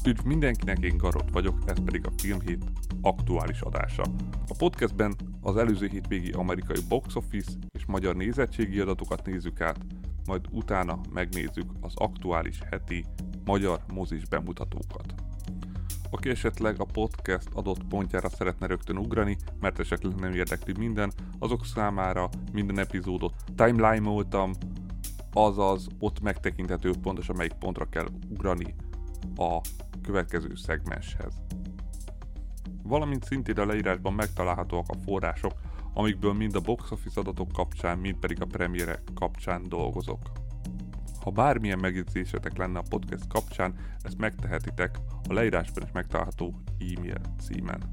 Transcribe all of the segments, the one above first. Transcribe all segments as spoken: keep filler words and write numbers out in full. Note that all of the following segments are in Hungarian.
Üdv mindenkinek, én Garott vagyok, ez pedig a Filmhét aktuális adása. A podcastben az előző hétvégi amerikai box office és magyar nézettségi adatokat nézzük át, majd utána megnézzük az aktuális heti magyar mozis bemutatókat. Aki esetleg a podcast adott pontjára szeretne rögtön ugrani, mert esetleg nem érdekli minden, azok számára minden epizódot timeline-oltam, azaz ott megtekinthető pontosan melyik pontra kell ugrani a következő szegmenshez. Valamint szintén a leírásban megtalálhatóak a források, amikből mind a box office adatok kapcsán, mind pedig a premierek kapcsán dolgozok. Ha bármilyen megjegyzésetek lenne a podcast kapcsán, ezt megtehetitek a leírásban is megtalálható e-mail címen.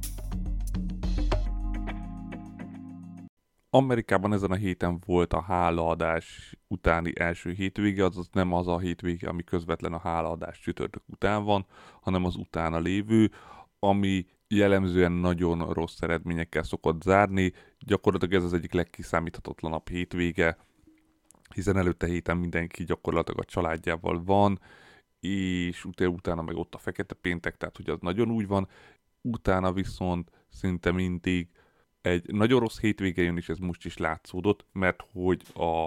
Amerikában ezen a héten volt a hálaadás utáni első hétvége, azaz nem az a hétvége, ami közvetlen a hálaadás csütörtök után van, hanem az utána lévő, ami jellemzően nagyon rossz eredményekkel szokott zárni. Gyakorlatilag ez az egyik legkiszámíthatatlanabb hétvége, hiszen előtte héten mindenki gyakorlatilag a családjával van, és utána, utána meg ott a fekete péntek, tehát hogy az nagyon úgy van, utána viszont szinte mindig egy nagyon rossz hétvége jön, és ez most is látszódott, mert hogy a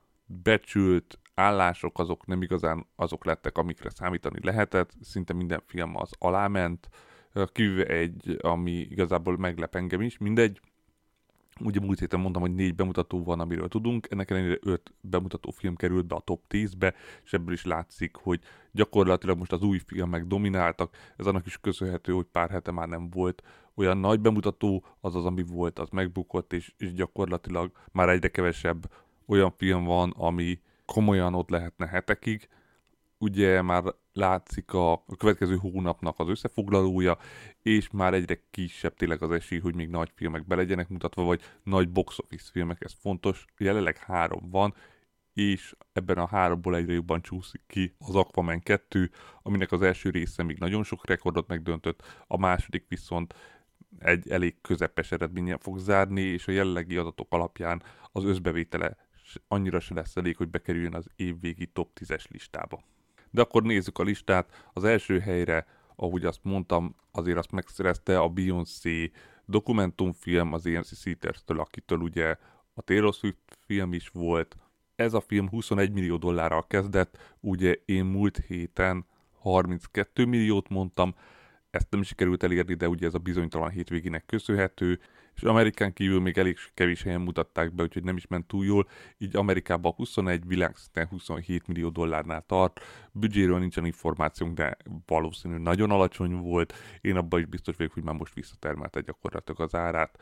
becsült állások azok nem igazán azok lettek, amikre számítani lehetett, szinte minden film az aláment, kivéve egy, ami igazából meglep engem is, mindegy. Ugye múlt héten mondtam, hogy négy bemutató van, amiről tudunk, ennek ellenére öt bemutató film került be a top tízbe, és ebből is látszik, hogy gyakorlatilag most az új filmek domináltak, ez annak is köszönhető, hogy pár hete már nem volt olyan nagy bemutató, az az, ami volt, az megbukott, és, és gyakorlatilag már egyre kevesebb olyan film van, ami komolyan ott lehetne hetekig. Ugye már látszik a, a következő hónapnak az összefoglalója, és már egyre kisebb tényleg az esély, hogy még nagy filmek be legyenek mutatva, vagy nagy box office filmek, ez fontos. Jelenleg három van, és ebben a háromból egyre jobban csúszik ki az Aquaman kettő, aminek az első része még nagyon sok rekordot megdöntött, a második viszont egy elég közepes eredménnyel fog zárni, és a jelenlegi adatok alapján az összbevétele annyira se lesz elég, hogy bekerüljön az évvégi top tízes listába. De akkor nézzük a listát. Az első helyre, ahogy azt mondtam, azért azt megszerezte a Beyoncé dokumentumfilm az á em cé Theatres-től, akitől ugye a Taylor Swift film is volt. Ez a film huszonegy millió dollárral kezdett, ugye én múlt héten harminckettő milliót mondtam, ezt nem sikerült elérni, de ugye ez a bizonytalan hétvégének köszönhető, és Amerikán kívül még elég kevés helyen mutatták be, úgyhogy nem is ment túl jól, így Amerikában huszonegy, világszinten huszonhét millió dollárnál tart. Büdzséről nincsen információnk, de valószínű nagyon alacsony volt. Én abban is biztos vagyok, hogy már most visszatermelte gyakorlatilag az árát,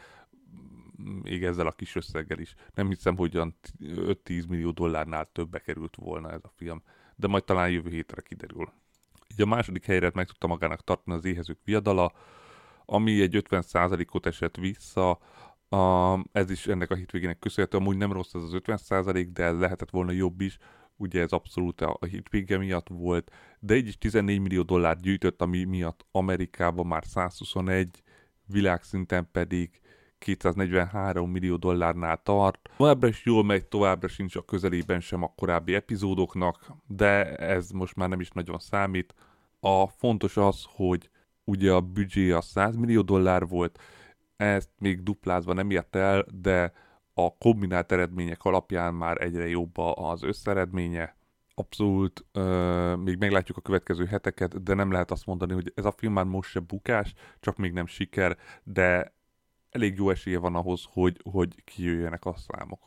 még ezzel a kis összeggel is. Nem hiszem, hogy olyan öt-tíz millió dollárnál többbe került volna ez a film, de majd talán jövő hétre kiderül. Így a második helyre meg tudta magának tartani az Éhezők viadala, ami egy ötven százalékot esett vissza, uh, ez is ennek a hétvégének köszönhető, amúgy nem rossz ez az ötven százalék, de lehetett volna jobb is, ugye ez abszolút a hétvége miatt volt, de így is tizennégy millió dollár gyűjtött, ami miatt Amerikában már százhuszonegy, világszinten pedig kétszáznegyvenhárom millió dollárnál tart. Továbbra is jól megy, továbbra sincs a közelében sem a korábbi epizódoknak, de ez most már nem is nagyon számít. A fontos az, hogy ugye a büdzsé a száz millió dollár volt, ezt még duplázva nem ért el, de a kombinált eredmények alapján már egyre jobb az összeredménye. Abszolút, euh, még meglátjuk a következő heteket, de nem lehet azt mondani, hogy ez a film már most se bukás, csak még nem siker, de elég jó esélye van ahhoz, hogy, hogy kijöjjenek a számok.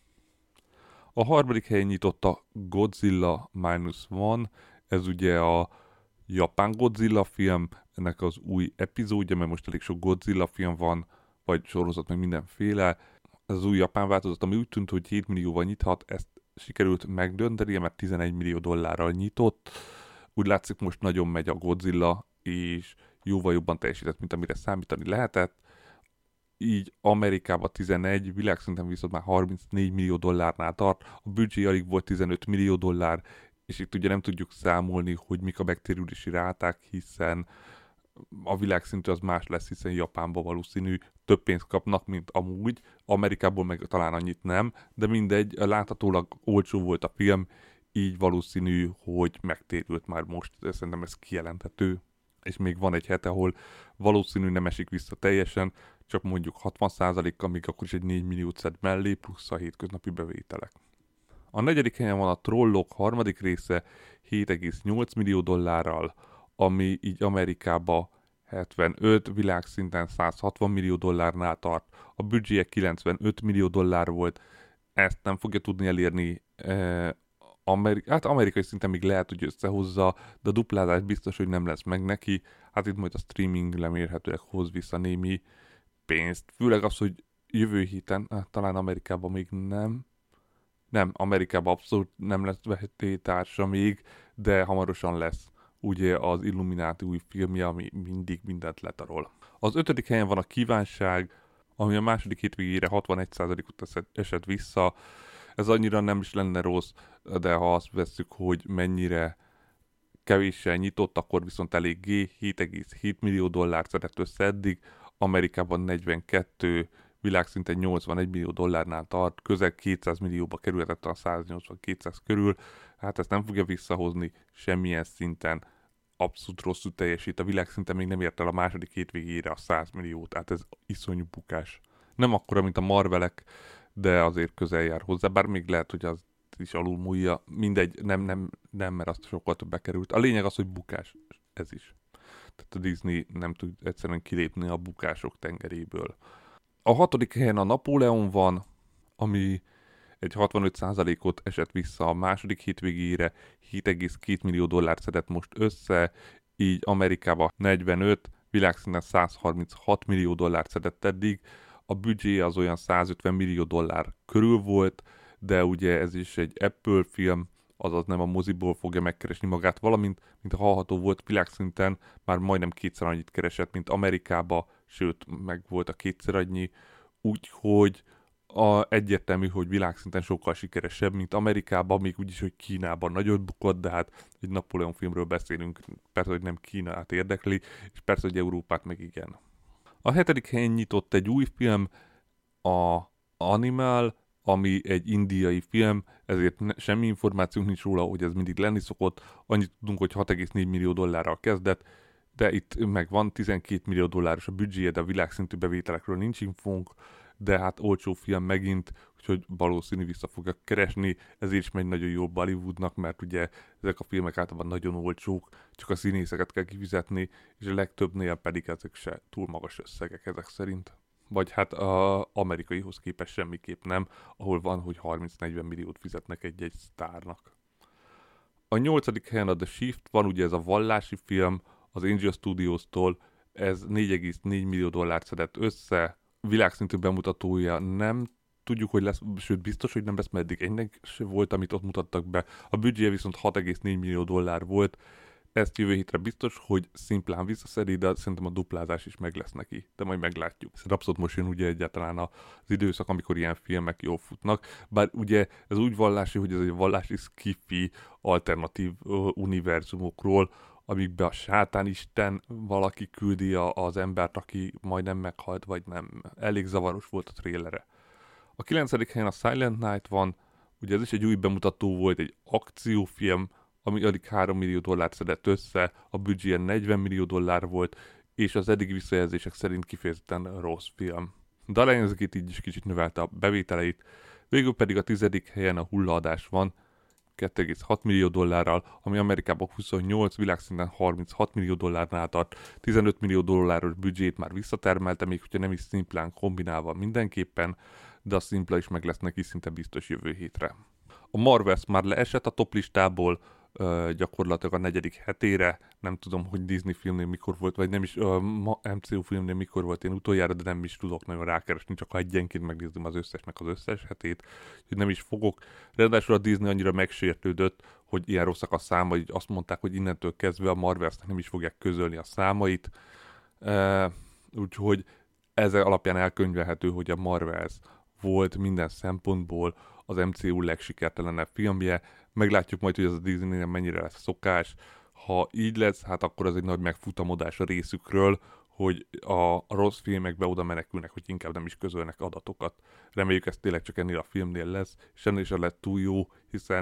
A harmadik helyen nyitott a Godzilla Minus One, ez ugye a japán Godzilla film, ennek az új epizódja, mert most elég sok Godzilla film van, vagy sorozat, meg mindenféle. Ez az új japán változat, ami úgy tűnt, hogy hét millióval nyithat, ezt sikerült megdönteni, mert tizenegy millió dollárral nyitott. Úgy látszik, most nagyon megy a Godzilla, és jóval jobban teljesített, mint amire számítani lehetett. Így Amerikában tizenegy, világszinten viszont már harmincnégy millió dollárnál tart, a büdzsé alig volt tizenöt millió dollár, és itt ugye nem tudjuk számolni, hogy mik a megtérülési ráták, hiszen a világszintű az más lesz, hiszen Japánban valószínű több pénzt kapnak, mint amúgy, Amerikából meg talán annyit nem, de mindegy, láthatólag olcsó volt a film, így valószínű, hogy megtérült már most, szerintem ez kijelenthető. és még van egy hete, ahol valószínű nem esik vissza teljesen, csak mondjuk hatvan százalékkal, még akkor is egy négy milliót szed mellé, plusz a hétköznapi bevételek. A negyedik helyen van a Trollok harmadik része hét egész nyolc millió dollárral, ami így Amerikába hetvenöt, világszinten száz hatvan millió dollárnál tart. A büdzséje kilencvenöt millió dollár volt, ezt nem fogja tudni elérni eh, Ameri- hát amerikai szinten még lehet, hogy összehozza, de a duplázás biztos, hogy nem lesz meg neki. Hát itt majd a streaming lemérhetőleg hoz vissza némi pénzt. Főleg az, hogy jövő héten, hát talán Amerikában még nem, nem, Amerikában abszolút nem lesz vetétársa még, de hamarosan lesz. Ugye az Illuminati új filmje, ami mindig mindent letarol. Az ötödik helyen van a Kívánság, ami a második hétvégére hatvanegy százalékot esett vissza. Ez annyira nem is lenne rossz, de ha azt vesszük, hogy mennyire kevéssel nyitott, akkor viszont eléggé hét egész hét millió dollárt szedett össze eddig, Amerikában negyvenkettő, világszinten nyolcvanegy millió dollárnál tart, közel kétszáz millióba kerülhetett a száznyolcvan-kétszáz körül, hát ezt nem fogja visszahozni semmilyen szinten, abszolút rosszul teljesít, a világszinten még nem ért el a második hétvégére a száz milliót, tehát ez iszonyú bukás. Nem akkora, mint a Marvelek, de azért közel jár hozzá, bár még lehet, hogy az is alul múlja, mindegy, nem, nem, nem, mert azt sokkal többbe került. A lényeg az, hogy bukás, ez is. Tehát a Disney nem tud egyszerűen kilépni a bukások tengeréből. A hatodik helyen a Napóleon van, ami egy hatvanöt százalékot esett vissza a második hétvégére, hét egész két millió dollárt szedett most össze, így Amerikában negyvenöt, világszinten száz harminchat millió dollárt szedett eddig, a büdzsé az olyan százötven millió dollár körül volt, de ugye ez is egy Apple film, azaz nem a moziból fogja megkeresni magát, valamint, mint a hallható volt, világszinten már majdnem kétszer annyit keresett, mint Amerikába, sőt, meg volt a kétszer annyi, úgyhogy a, egyértelmű, hogy világszinten sokkal sikeresebb, mint Amerikában, még úgyis, hogy Kínában nagyot bukott, de hát egy Napóleon filmről beszélünk, persze, hogy nem Kínát érdekli, és persze, hogy Európát meg igen. A hetedik helyen nyitott egy új film, a Animal, ami egy indiai film, ezért ne, semmi információnk nincs róla, hogy ez mindig lenni szokott. Annyit tudunk, hogy hat egész négy millió dollárral kezdett, de itt meg van tizenkét millió dolláros a büdzséje, de a világszintű bevételekről nincs infónk, de hát olcsó film megint, úgyhogy valószínű vissza fogja keresni, ezért is megy nagyon jó Bollywoodnak, mert ugye ezek a filmek általában nagyon olcsók, csak a színészeket kell kifizetni, és a legtöbbnél pedig ezek se túl magas összegek ezek szerint. Vagy hát az amerikaihoz képest semmiképp nem, ahol van, hogy harminc-negyven milliót fizetnek egy-egy sztárnak. A nyolcadik helyen a The Shift van, ugye ez a vallási film, az Angel Studios-tól, ez négy egész négy millió dollárt szedett össze, világszintű bemutatója nem tudjuk, hogy lesz, sőt biztos, hogy nem lesz, mert eddig ennek se volt, amit ott mutattak be. A büdzséje viszont hat egész négy millió dollár volt, ezt jövő hétre biztos, hogy szimplán visszaszedi, de szerintem a duplázás is meg lesz neki, de majd meglátjuk. Szerintem abszolút most jön ugye egyáltalán az időszak, amikor ilyen filmek jól futnak, bár ugye ez úgy vallási, hogy ez egy vallási skifi alternatív uh, univerzumokról, amikbe a sátánisten valaki küldi a, az embert, aki majdnem meghalt, vagy nem. Elég zavaros volt a trélere. A kilencedik helyen a Silent Night van, ugye ez is egy új bemutató volt, egy akciófilm, ami alig három millió dollárt szedett össze, a büdzséje negyven millió dollár volt, és az eddigi visszajelzések szerint kifejezetten rossz film. De a Lionsgate így is kicsit növelte a bevételeit, végül pedig a tizedik helyen a Hullaadás van, két egész hat millió dollárral, ami Amerikában huszonnyolc, világszinten harminchat millió dollárnál tart, tizenöt millió dolláros büdzsét már visszatermelte, még hogyha nem is szimplán kombinálva mindenképpen, de a szimpla is meg lesz neki szinte biztos jövő hétre. A Marvels már leesett a top listából, Uh, gyakorlatilag a negyedik hetére, nem tudom, hogy Disney filmnél mikor volt, vagy nem is, uh, em cé u filmnél mikor volt én utoljára, de nem is tudok nagyon rákeresni, csak ha egyenként megnézem az összesnek az összes hetét, hogy nem is fogok. Ráadásul a Disney annyira megsértődött, hogy ilyen rosszak a számai, hogy azt mondták, hogy innentől kezdve a Marvelsnek nem is fogják közölni a számait, uh, úgyhogy ezzel alapján elkönyvelhető, hogy a Marvels volt minden szempontból az em cé u legsikertelenebb filmje. Meglátjuk majd, hogy ez a Disney-nél mennyire lesz szokás. Ha így lesz, hát akkor az egy nagy megfutamodás a részükről, hogy a rossz filmekbe oda menekülnek, hogy inkább nem is közölnek adatokat. Reméljük ez tényleg csak ennél a filmnél lesz, és ennél is lett túl jó, hiszen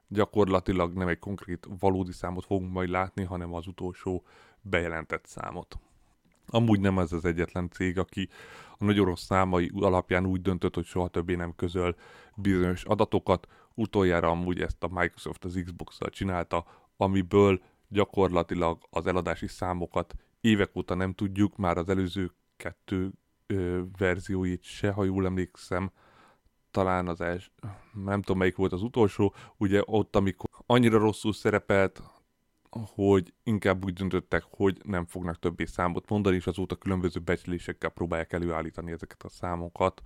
gyakorlatilag nem egy konkrét valódi számot fogunk majd látni, hanem az utolsó bejelentett számot. Amúgy nem ez az egyetlen cég, aki a nagy orosz számai alapján úgy döntött, hogy soha többé nem közöl bizonyos adatokat. Utoljára amúgy ezt a Microsoft az Xbox-szal csinálta, amiből gyakorlatilag az eladási számokat évek óta nem tudjuk, már az előző kettő ö, verzióit se, ha jól emlékszem, talán az első, nem tudom melyik volt az utolsó, ugye ott, amikor annyira rosszul szerepelt, hogy inkább úgy döntöttek, hogy nem fognak többé számot mondani, és azóta különböző becslésekkel próbálják előállítani ezeket a számokat,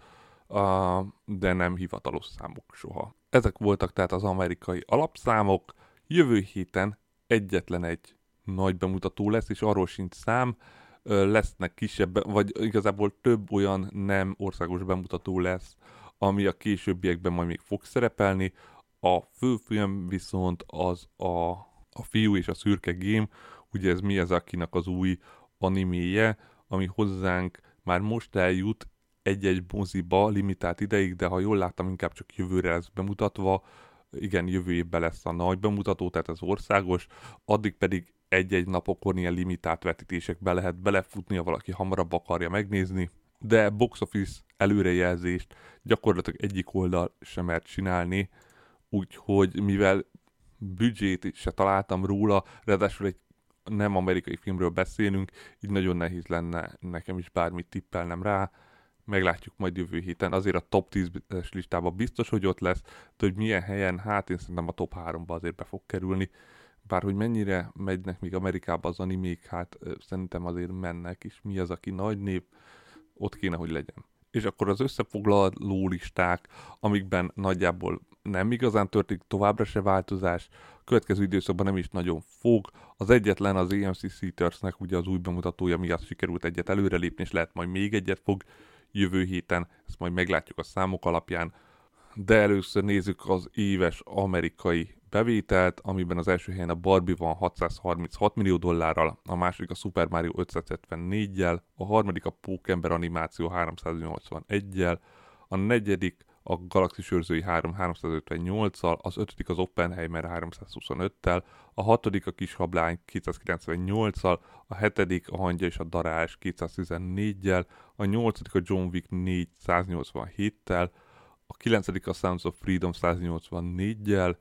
de nem hivatalos számok soha. Ezek voltak tehát az amerikai alapszámok. Jövő héten egyetlen egy nagy bemutató lesz, és arról sincs szám, lesznek kisebb, vagy igazából több olyan nem országos bemutató lesz, ami a későbbiekben majd még fog szerepelni. A főfilm viszont az a, a Fiú és a Szürke Game, ugye ez Miyazakinak az új animéje, ami hozzánk már most eljut egy-egy moziba limitált ideig, de ha jól láttam, inkább csak jövőre lesz bemutatva. Igen, jövő évben lesz a nagy bemutató, tehát az országos, addig pedig egy-egy napokon ilyen limitált vetítésekbe lehet belefutni, ha valaki hamarabb akarja megnézni, de box office előrejelzést gyakorlatilag egyik oldal sem mert csinálni, úgyhogy mivel büdzsét se találtam róla, ráadásul egy nem amerikai filmről beszélünk, így nagyon nehéz lenne nekem is bármit tippelnem rá. Meglátjuk majd jövő héten. Azért a top tízes listában biztos, hogy ott lesz, de hogy milyen helyen, hát én szerintem a top háromba azért be fog kerülni. Bár hogy mennyire megynek még Amerikába az animék, hát szerintem azért mennek, és mi az, aki nagy név, ott kéne, hogy legyen. És akkor az összefoglaló listák, amikben nagyjából nem igazán történik továbbra se változás, a következő időszakban nem is nagyon fog. Az egyetlen az á em cé Theatersnek ugye az új bemutatója miatt sikerült egyet előrelépni, és lehet majd még egyet fog jövő héten, ezt majd meglátjuk a számok alapján. De először nézzük az éves amerikai bevételt, amiben az első helyen a Barbie van hatszázharminchat millió dollárral, a második a Super Mario ötszázhetvennégyel, a harmadik a Pókember animáció háromszáznyolcvanegyel, a negyedik a Galaxis őrzői három háromszázötvennyolccal, az ötödik az Oppenheimer háromszázhuszonöttel, a hatodik a Kis Hablány kétszázkilencvennyolccal, a hetedik a Hangya és a Darázs kétszáztizennégyel, a nyolcadik a John Wick négy száznyolcvanhéttel, a kilencedik a Sounds of Freedom száznyolcvannégyel,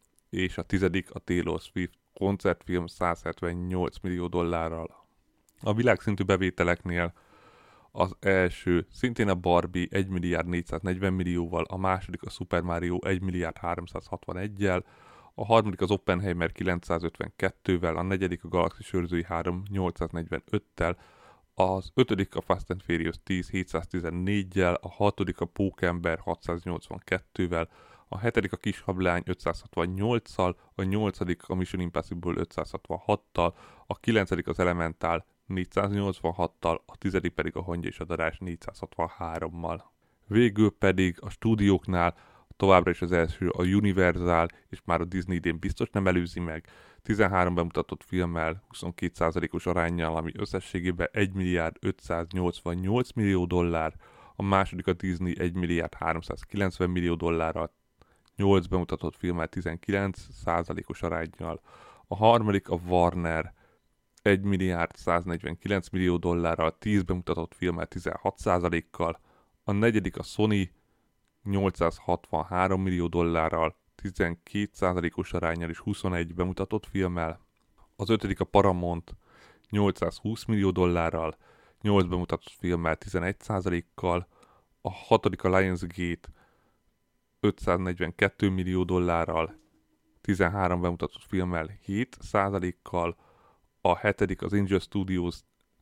és a tizedik a Taylor Swift koncertfilm százhetvennyolc millió dollárral. A világszintű bevételeknél az első szintén a Barbie egy milliárd négyszáznegyven millióval, a második a Super Mario egy milliárd háromszázhatvanegyel, a harmadik az Oppenheimer kilencszázötvenkettővel, a negyedik a Galaxis őrzői három nyolcszáznegyvenöttel, az ötödik a Fast and Furious tíz hétszáztizennégyel, a hatodik a Pókember hatszáznyolcvankettővel, a hetedik a Kis Hablány ötszázhatvannyolccal, a nyolcadik a Mission Impossible ötszázhatvanhattal, a kilencedik az Elemental négyszáznyolcvanhattal, a tizedik pedig a Hangya és a Darázs négyszázhatvanhárommal. Végül pedig a stúdióknál továbbra is az első a Universal, és már a Disney idén biztos nem előzi meg, tizenhárom bemutatott filmmel, huszonkét százalékos aránnyal, ami összességében egy milliárd ötszáznyolcvannyolc millió dollár, a második a Disney egy milliárd háromszázkilencven millió dollárral, nyolc bemutatott filmmel tizenkilenc százalékos aránnyal, a harmadik a Warner egy milliárd száznegyvenkilenc millió dollárral, tíz bemutatott filmmel tizenhat százalékkal, a negyedik a Sony nyolcszázhatvanhárom millió dollárral, tizenkét százalékos aránnyal és huszonegy bemutatott filmmel, az ötödik a Paramount nyolcszázhúsz millió dollárral, nyolc bemutatott filmmel tizenegy százalékkal, a hatodik a Lionsgate ötszáznegyvenkettő millió dollárral, tizenhárom bemutatott filmmel hét százalékkal, a hetedik az Angel Studios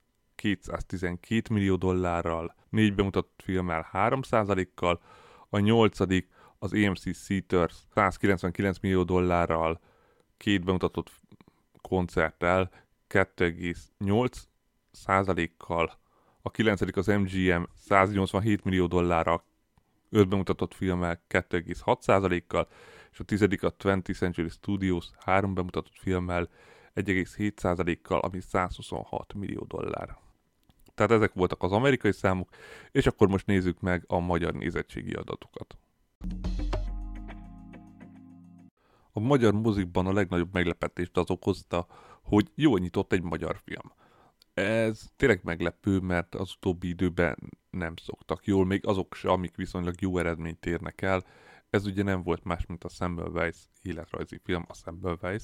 kétszáztizenkét millió dollárral, négy bemutatott filmmel három százalékkal, a nyolcadik az á em cé Theatres százkilencvenkilenc millió dollárral, két bemutatott koncerttel, kettő egész nyolc százalékkal, a kilencedik az em gé em száznyolcvanhét millió dollárral, öt bemutatott filmmel kettő egész hat százalékkal, és a tizedik a twentieth Century Studios három bemutatott filmmel egy egész hét százalékkal, ami százhuszonhat millió dollár. Tehát ezek voltak az amerikai számok, és akkor most nézzük meg a magyar nézettségi adatokat. A magyar mozikban a legnagyobb meglepetést az okozta, hogy jól nyitott egy magyar film. Ez tényleg meglepő, mert az utóbbi időben nem szoktak jól, még azok se, amik viszonylag jó eredményt érnek el. Ez ugye nem volt más, mint a Semmelweis életrajzi film, a Semmelweis,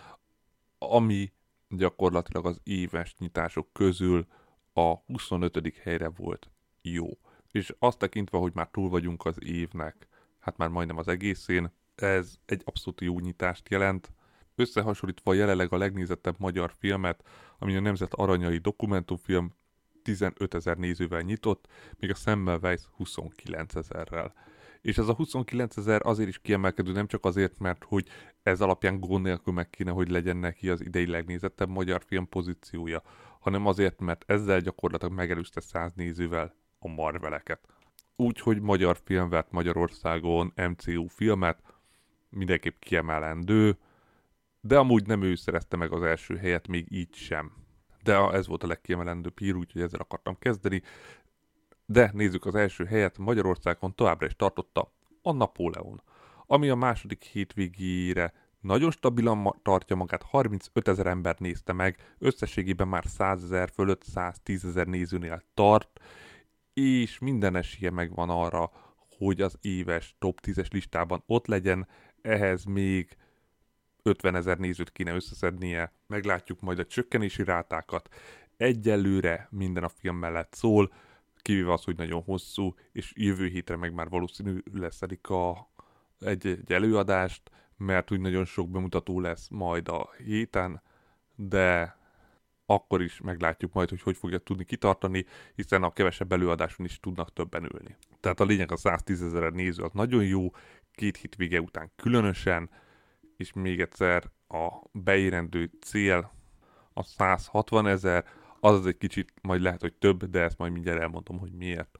ami gyakorlatilag az éves nyitások közül a huszonötödik helyre volt jó. És azt tekintve, hogy már túl vagyunk az évnek, hát már majdnem az egészén, ez egy abszolút jó nyitást jelent. Összehasonlítva jelenleg a legnézettebb magyar filmet, ami a Nemzet Aranyai dokumentumfilm tizenötezer nézővel nyitott, míg a Semmelweis huszonkilencezerrel. És ez a huszonkilencezer azért is kiemelkedő, nem csak azért, mert hogy ez alapján gond nélkül meg kéne, hogy legyen neki az idei legnézettebb magyar film pozíciója, hanem azért, mert ezzel gyakorlatilag megelőzte száz nézővel a Marveleket. Úgyhogy magyar film vett Magyarországon em cé u filmet, mindenképp kiemelendő, de amúgy nem ő szerezte meg az első helyet, még így sem. De ez volt a legkiemelendőbb hír, úgyhogy ezzel akartam kezdeni. De nézzük az első helyet, Magyarországon továbbra is tartotta a Napóleon, ami a második hétvégére nagyon stabilan ma- tartja magát, harmincötezer ember nézte meg, összességében már százezer fölött száztízezer nézőnél tart, és minden esélye megvan arra, hogy az éves top tízes listában ott legyen, ehhez még ötvenezer nézőt kéne összeszednie, meglátjuk majd a csökkenési rátákat. Egyelőre minden a film mellett szól, kivéve az, hogy nagyon hosszú, és jövő hétre meg már valószínű leszedik a, egy, egy előadást, mert úgy nagyon sok bemutató lesz majd a héten, de akkor is meglátjuk majd, hogy hogy fogja tudni kitartani, hiszen a kevesebb előadáson is tudnak többen ülni. Tehát a lényeg a száztízezer néző az nagyon jó, két hét vége után különösen, és még egyszer a beérendő cél a százhatvanezer, az az egy kicsit majd lehet, hogy több, de ezt majd mindjárt elmondom, hogy miért.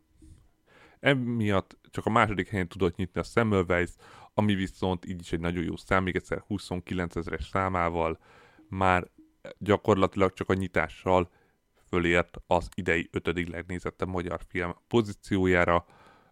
Emiatt csak a második helyen tudott nyitni a Semmelweis, ami viszont így is egy nagyon jó szám, még egyszer huszonkilencezeres számával már gyakorlatilag csak a nyitással fölért az idei ötödik legnézettebb magyar film pozíciójára,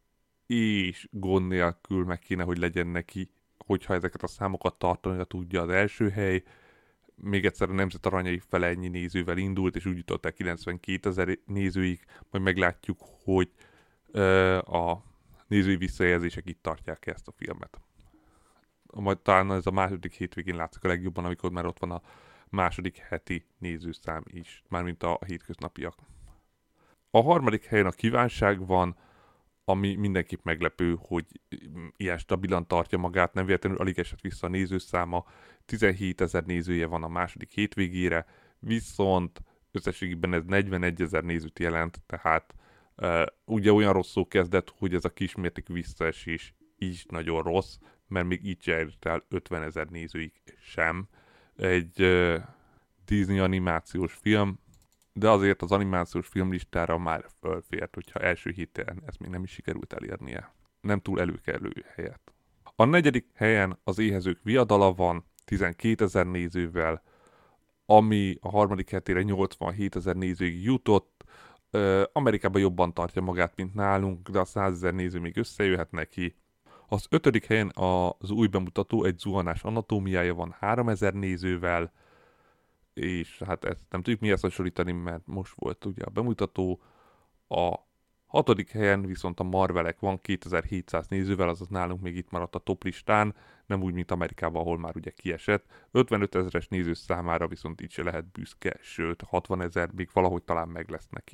és gond nélkül meg kéne, hogy legyen neki, hogyha ezeket a számokat tartani tudja az első hely. Még egyszer a Nemzet Aranyai fele ennyi nézővel indult, és úgy jutott el kilencvenkétezer nézőig, majd meglátjuk, hogy ö, a nézői visszajelzések itt tartják ezt a filmet. Majd talán ez a második hétvégén látszik a legjobban, amikor már ott van a második heti nézőszám is, mármint a hétköznapiak. A harmadik helyen a Kívánság van, ami mindenképp meglepő, hogy ilyen stabilan tartja magát, nem véletlenül alig esett vissza a nézőszáma, tizenhétezer nézője van a második hétvégére, viszont összességében ez negyvenegyezer nézőt jelent, tehát uh, ugye olyan rosszul kezdett, hogy ez a kismértékű visszaesés így nagyon rossz, mert még így se ért el ötvenezer nézőig sem. Egy uh, Disney animációs film, de azért az animációs filmlistára már fölfért, hogyha első héten ezt még nem is sikerült elérnie. Nem túl előkelő helyet. A negyedik helyen az Éhezők viadala van, tizenkétezer nézővel, ami a harmadik hetére nyolcvanhétezer nézőig jutott. Amerikában jobban tartja magát, mint nálunk, de a százezer néző még összejöhet neki. Az ötödik helyen az új bemutató, egy zuhanás anatómiája van háromezer nézővel, és hát ezt nem tudjuk mihez hasonlítani, mert most volt ugye a bemutató. A hatodik helyen viszont a Marvelek van kétezer-hétszáz nézővel, azaz nálunk még itt maradt a top listán, nem úgy, mint Amerikában, ahol már ugye kiesett. ötvenötezeres néző számára viszont így se lehet büszke, sőt hatvanezer még valahogy talán meg lesz neki.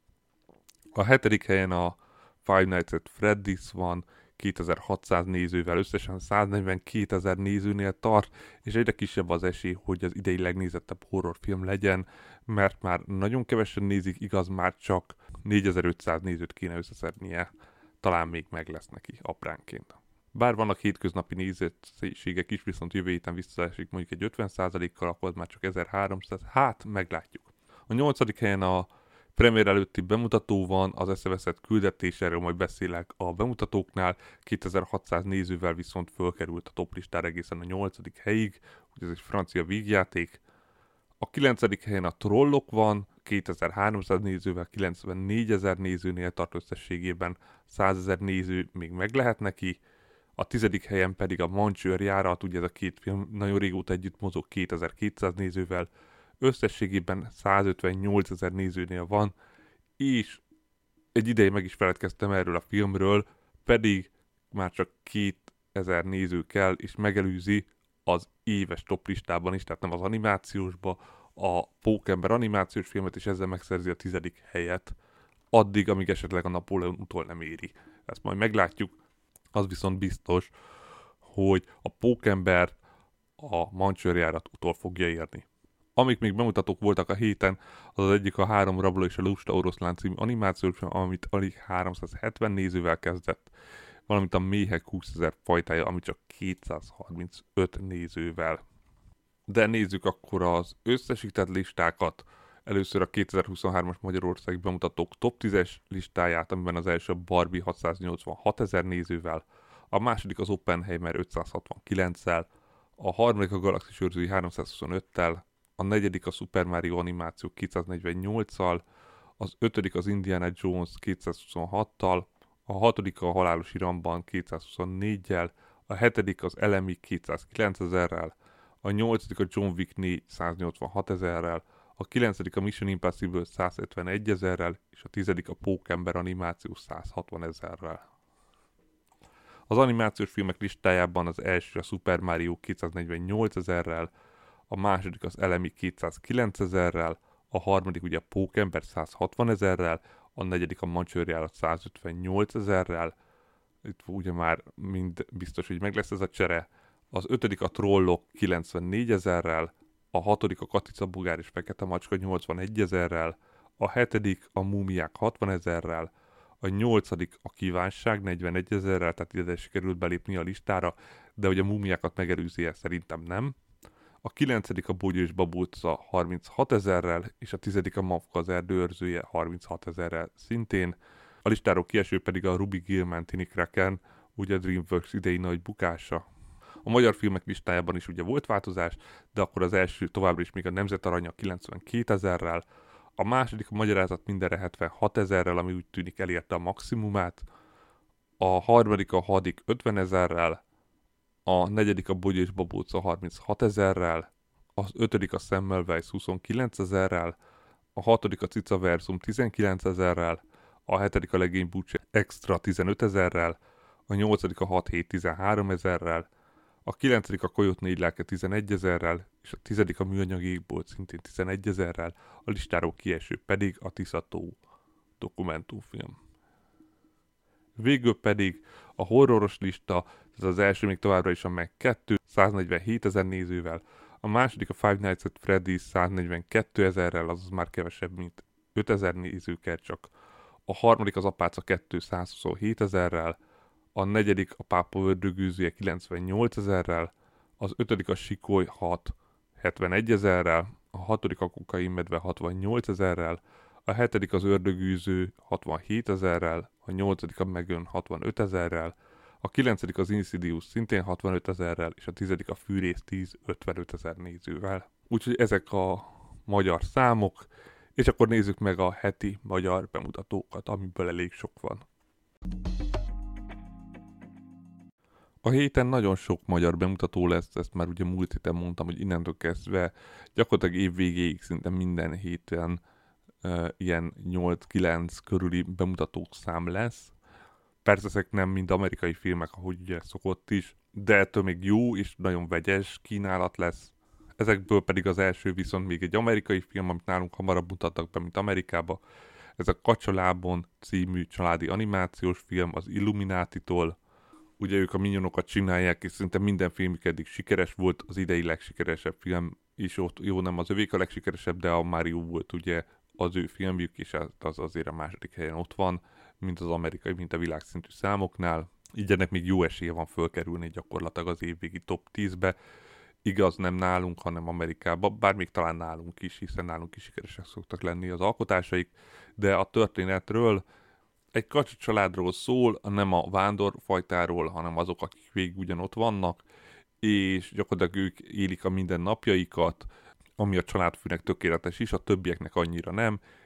A hetedik helyen a Five Nights at Freddy's van, kétezer-hatszáz nézővel, összesen száznegyvenkétezer nézőnél tart, és egyre kisebb az esély, hogy az idei legnézettebb horrorfilm legyen, mert már nagyon kevesen nézik, igaz, már csak négyezer-ötszáz nézőt kéne összeszednie, talán még meg lesz neki apránként. Bár vannak hétköznapi nézettségek is, viszont jövő héten visszaesik mondjuk egy ötven százalékkal, akkor az már csak ezerháromszáz, hát meglátjuk. A nyolcadik helyen a premier előtti bemutató van, az eszeveszett küldetés, erről majd beszélek a bemutatóknál, kétezer-hatszáz nézővel viszont fölkerült a toplistára egészen a nyolcadik helyig, ugye ez egy francia vígjáték. A kilencedik helyen a Trollok van, kétezer-háromszáz nézővel, kilencvennégyezer nézőnél tart összességében, százezer néző még meg lehet neki. A tizedik helyen pedig a Mancsőrjárat, ugye ez a két film nagyon régóta együtt mozog kétezer-kétszáz nézővel, összességében százötvennyolcezer nézőnél van, és egy ideje meg is feledkeztem erről a filmről, pedig már csak kétezer néző kell, és megelőzi az éves top listában is, tehát nem az animációsba, a Pókember animációs filmet, és ezzel megszerzi a tizedik helyet, addig, amíg esetleg a Napóleon utol nem éri. Ezt majd meglátjuk. Az viszont biztos, hogy a Pókember a Mancsőrjárat utol fogja érni. Amik még bemutatók voltak a héten, az az egyik a Három rabló és a lusta oroszlán című animációs film, amit alig háromszázhetven nézővel kezdett, valamint a Méhek húszezer fajtája, ami csak kétszázharmincöt nézővel. De nézzük akkor az összesített listákat. Először a kétezer-huszonhármas Magyarország bemutatók top tízes listáját, amiben az első a Barbie hatszáznyolcvanhatezer nézővel, a második az Oppenheimer ötszázhatvankilenccel, a harmadik a Galaxis őrzői háromszázhuszonöttel, a negyedik a Super Mario animáció kétszáznegyvennyolccal, az ötödik az Indiana Jones kétszázhuszonhattal, a hatodik a Halálos Iramban kétszázhuszonnégyel, a hetedik az Elemi kétszázkilencezerrel, a nyolcadik a John Wick négy száznyolcvanhatezerrel, a kilencedik a Mission Impossible százötvenegyezerrel, és a tizedik a Pókember animáció százhatvanezerrel. Az animációs filmek listájában az első a Super Mario kétszáznegyvennyolcezerrel, a második az Elemi kétszázkilencezerrel, a harmadik ugye a Pókember százhatvanezerrel, a negyedik a Mancsőrjárat százötvennyolcezerrel, itt ugye már mind biztos, hogy meg lesz ez a csere, az ötödik a Trollok kilencvennégyezerrel, a hatodik a Katica Bogár és Fekete Macska nyolcvanegyezerrel, a hetedik a Múmiák hatvanezerrel, a nyolcadik a Kívánság negyvenegyezerrel, tehát ide sikerült belépni a listára, de hogy a Múmiákat megelőzi, szerintem nem. A kilencedik a Bogyó és Babóca harminchatezerrel, és a tizedik a Mafka az erdőőrzője harminchatezerrel szintén. A listáról kieső pedig a Ruby Gillman Tini Kraken, ugye a DreamWorks idei nagy bukása. A magyar filmek listájában is ugye volt változás, de akkor az első továbbra is még a Nemzetaranya kilencvenkétezerrel, a második a Magyarázat mindenre hetvenhatezerrel, ami úgy tűnik elérte a maximumát, a harmadik a Hadik ötvenezerrel, a negyedik a Bogyó és Babóca harminchatezerrel, az ötödik a Semmelweis huszonkilencezerrel, a hatodik a Cicaverzum tizenkilencezerrel, a hetedik a Legény Bucsi Extra tizenötezerrel, a nyolcadik a hat hét tizenháromezerrel, a kilencedik a Kolyot négy lelke tizenegyezerrel, és a tizedik a Műanyag égbolt szintén tizenegyezerrel, a listáról kieső pedig a Tiszató dokumentumfilm. Végül pedig a horroros lista, ez az első még továbbra is a Meg kettő, száznegyvenhétezer nézővel, a második a Five Nights at Freddy's száznegyvenkétezerrel, azaz már kevesebb, mint ötezer néző kell csak, a harmadik az Apáca kettő százhuszonhétezerrel, a negyedik a Pápa ördögűzője kilencvennyolcezerrel, az ötödik a Sikoly hat hetvenegyezerrel, a hatodik a Kokainmedve hatvannyolcezerrel, a hetedik az Ördögűző hatvanhétezerrel, a nyolcadik a Megön hatvanötezerrel, a kilencedik az Insidious szintén hatvanötezerrel, és a tizedik a Fűrész tíz ötvenötezer nézővel. Úgyhogy ezek a magyar számok, és akkor nézzük meg a heti magyar bemutatókat, amiből elég sok van. A héten nagyon sok magyar bemutató lesz, ezt már ugye múlt héten mondtam, hogy innentől kezdve gyakorlatilag év végéig szinte minden héten uh, ilyen nyolc-kilenc körüli bemutatók szám lesz. Persze ezek nem mind amerikai filmek, ahogy ugye szokott is, de ettől még jó és nagyon vegyes kínálat lesz. Ezekből pedig az első viszont még egy amerikai film, amit nálunk hamarabb mutattak be, mint Amerikába. Ez a Kacsalábon című családi animációs film az Illuminátitól. Ugye ők a Minionokat csinálják, és szinte minden filmük eddig sikeres volt, az idei legsikeresebb film is ott, jó nem az övék a legsikeresebb, de a Mario volt ugye az ő filmjük, és az azért a második helyen ott van, mint az amerikai, mint a világszintű számoknál. Így ennek még jó esélye van fölkerülni gyakorlatilag az évvégi top tízbe. Igaz, nem nálunk, hanem Amerikában, bár még talán nálunk is, hiszen nálunk is sikeresek szoktak lenni az alkotásaik, de a történetről egy kacsa családról szól, nem a vándorfajtáról, hanem azok, akik végig ugyanott vannak, és gyakorlatilag ők élik a mindennapjaikat, ami a családfőnek tökéletes is, a többieknek annyira nem,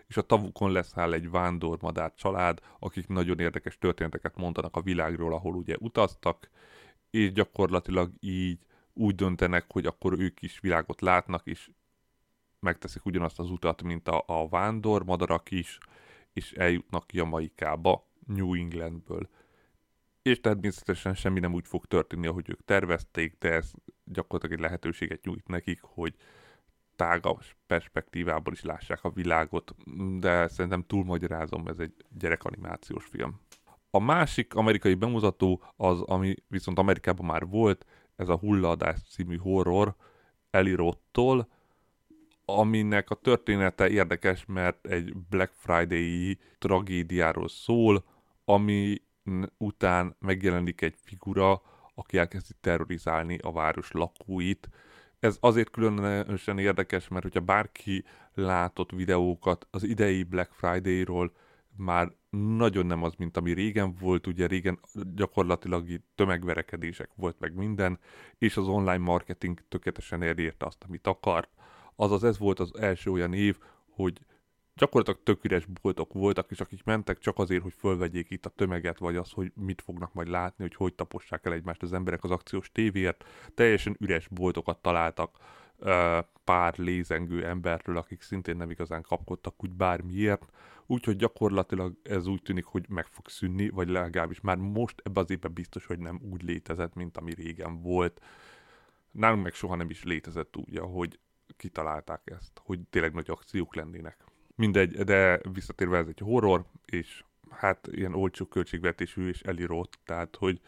és a tavukon leszáll egy vándormadár család, akik nagyon érdekes történeteket mondanak a világról, ahol ugye utaztak, és gyakorlatilag így úgy döntenek, hogy akkor ők is világot látnak, és megteszik ugyanazt az utat, mint a, a vándormadarak is, és eljutnak Jamaikába, New Englandből. És természetesen semmi nem úgy fog történni, ahogy ők tervezték, de ez gyakorlatilag egy lehetőséget nyújt nekik, hogy tágabb perspektívából is lássák a világot, de szerintem túlmagyarázom, ez egy gyerekanimációs film. A másik amerikai bemutató az, ami viszont Amerikában már volt, ez a Hullaadás című horror Eli Roth-tól, aminek a története érdekes, mert egy Black Friday-i tragédiáról szól, ami után megjelenik egy figura, aki elkezdi terrorizálni a város lakóit. Ez azért különösen érdekes, mert hogyha bárki látott videókat az idei Black Friday-ról, már nagyon nem az, mint ami régen volt, ugye régen gyakorlatilag tömegverekedések volt meg minden, és az online marketing tökéletesen elérte azt, amit akart. Azaz ez volt az első olyan év, hogy gyakorlatilag tök üres boltok voltak, és akik mentek csak azért, hogy fölvegyék itt a tömeget, vagy az, hogy mit fognak majd látni, hogy hogy tapossák el egymást az emberek az akciós tévéért, teljesen üres boltokat találtak pár lézengő emberről, akik szintén nem igazán kapkodtak úgy bármiért, úgyhogy gyakorlatilag ez úgy tűnik, hogy meg fog szűnni, vagy legalábbis már most ebben az évben biztos, hogy nem úgy létezett, mint ami régen volt. Nálunk meg soha nem is létezett úgy, ahogy kitalálták ezt, hogy tényleg nagy akciók lennének. Mindegy, de visszatérve ez egy horror, és hát ilyen olcsó költségvetésű és Eli Roth, tehát hogy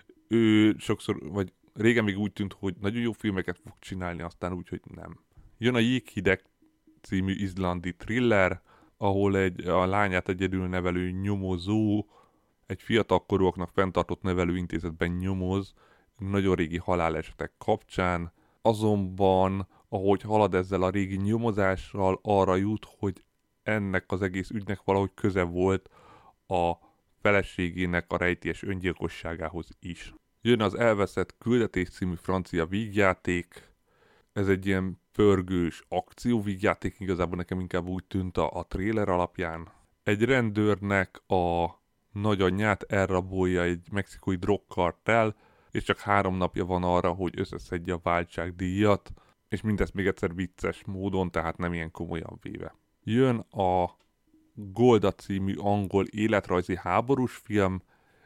ő sokszor, vagy régen még úgy tűnt, hogy nagyon jó filmeket fog csinálni, aztán úgy, hogy nem. Jön a Jéghideg című izlandi thriller, ahol egy a lányát egyedül nevelő nyomozó egy fiatalkorúaknak fenntartott nevelőintézetben nyomoz nagyon régi halálesetek kapcsán, azonban ahogy halad ezzel a régi nyomozással, arra jut, hogy ennek az egész ügynek valahogy köze volt a feleségének a rejtélyes öngyilkosságához is. Jön az Elveszett küldetés című francia vígjáték, ez egy ilyen pörgős akcióvígjáték, igazából nekem inkább úgy tűnt a, a trailer alapján. Egy rendőrnek a nagyanyját elrabolja egy mexikói drogkartel, és csak három napja van arra, hogy összeszedje a váltságdíjat, és mindezt még egyszer vicces módon, tehát nem ilyen komolyan véve. Jön a Golda című angol életrajzi háborús film,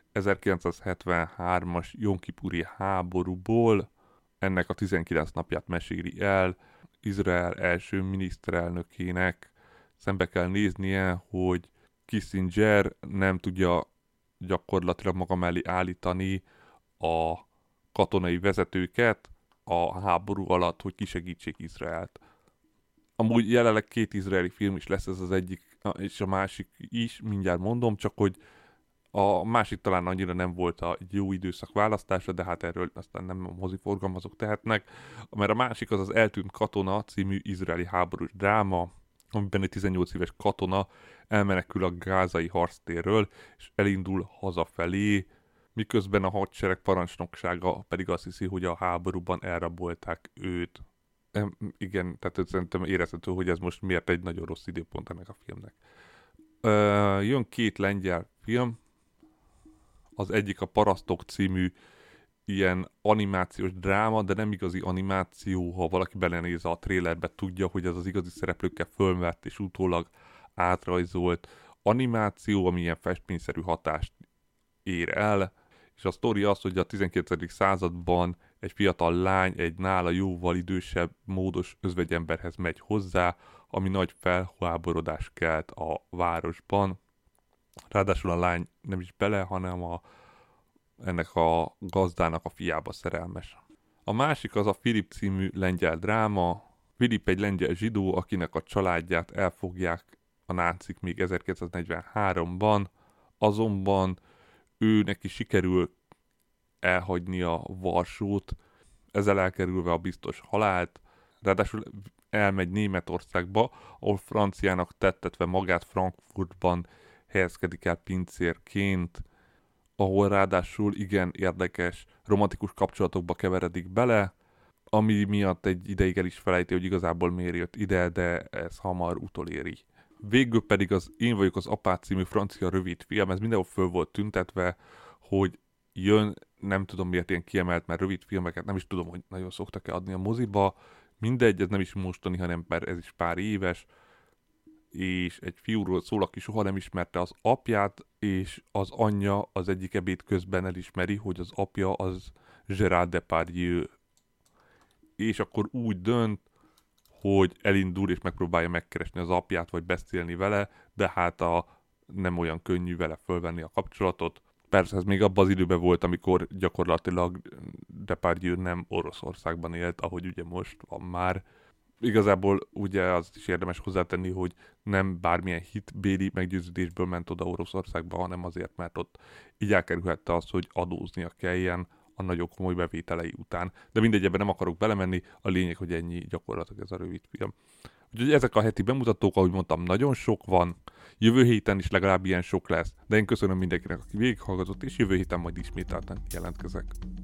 ezerkilencszázhetvenhármas Jom Kipuri háborúból, ennek a tizenkilenc napját meséli el, Izrael első miniszterelnökének szembe kell néznie, hogy Kissinger nem tudja gyakorlatilag maga mellé állítani a katonai vezetőket a háború alatt, hogy kisegítsék Izraelt. Amúgy jelenleg két izraeli film is lesz, ez az egyik, és a másik is, mindjárt mondom, csak hogy a másik talán annyira nem volt a jó időszak választása, de hát erről aztán nem a moziforgalmazók tehetnek, mert a másik az az Eltűnt katona című izraeli háborús dráma, amiben egy tizennyolc éves katona elmenekül a gázai harctérről, és elindul hazafelé, miközben a hadsereg parancsnoksága pedig azt hiszi, hogy a háborúban elrabolták őt. E, igen, tehát szerintem érezhető, hogy ez most miért egy nagyon rossz időpont ennek a filmnek. Ö, jön két lengyel film, az egyik a Parasztok című ilyen animációs dráma, de nem igazi animáció, ha valaki belenéz a trailerbe, tudja, hogy ez az igazi szereplőkkel fölvett és utólag átrajzolt animáció, ami ilyen festményszerű hatást ér el, és a sztori az, hogy a tizenkilencedik században egy fiatal lány egy nála jóval idősebb módos özvegyemberhez megy hozzá, ami nagy felháborodást kelt a városban. Ráadásul a lány nem is bele, hanem a, ennek a gazdának a fiába szerelmes. A másik az a Filip című lengyel dráma. Filip egy lengyel zsidó, akinek a családját elfogják a nácik még ezerkilencszáznegyvenháromban, azonban ő neki sikerül elhagynia Varsót, ezzel elkerülve a biztos halált, ráadásul elmegy Németországba, ahol franciának tettetve magát Frankfurtban helyezkedik el pincérként, ahol ráadásul igen érdekes romantikus kapcsolatokba keveredik bele, ami miatt egy ideig el is felejti, hogy igazából miért jött ide, de ez hamar utoléri. Végül pedig az Én vagyok az apád című francia rövidfilm, ez mindenhol föl volt tüntetve, hogy jön, nem tudom miért ilyen kiemelt, mert rövid filmeket nem is tudom, hogy nagyon szoktak-e adni a moziba. Mindegy, ez nem is mostani, hanem mert ez is pár éves, és egy fiúról szól, aki soha nem ismerte az apját, és az anyja az egyik ebéd közben elismeri, hogy az apja az Gérard Depardieu. És akkor úgy dönt, hogy elindul és megpróbálja megkeresni az apját, vagy beszélni vele, de hát a, nem olyan könnyű vele fölvenni a kapcsolatot. Persze ez még abban az időben volt, amikor gyakorlatilag Depardieu nem Oroszországban élt, ahogy ugye most van már. Igazából ugye azt is érdemes hozzátenni, hogy nem bármilyen hitbéli meggyőződésből ment oda Oroszországba, hanem azért, mert ott így elkerülhette azt, hogy adóznia kelljen a nagyon komoly bevételei után. De mindegy, ebben nem akarok belemenni, a lényeg, hogy ennyi gyakorlatilag ez a rövid film. Úgyhogy ezek a heti bemutatók, ahogy mondtam, nagyon sok van. Jövő héten is legalább ilyen sok lesz, de én köszönöm mindenkinek, aki végighallgatott, és jövő héten majd ismételten jelentkezek.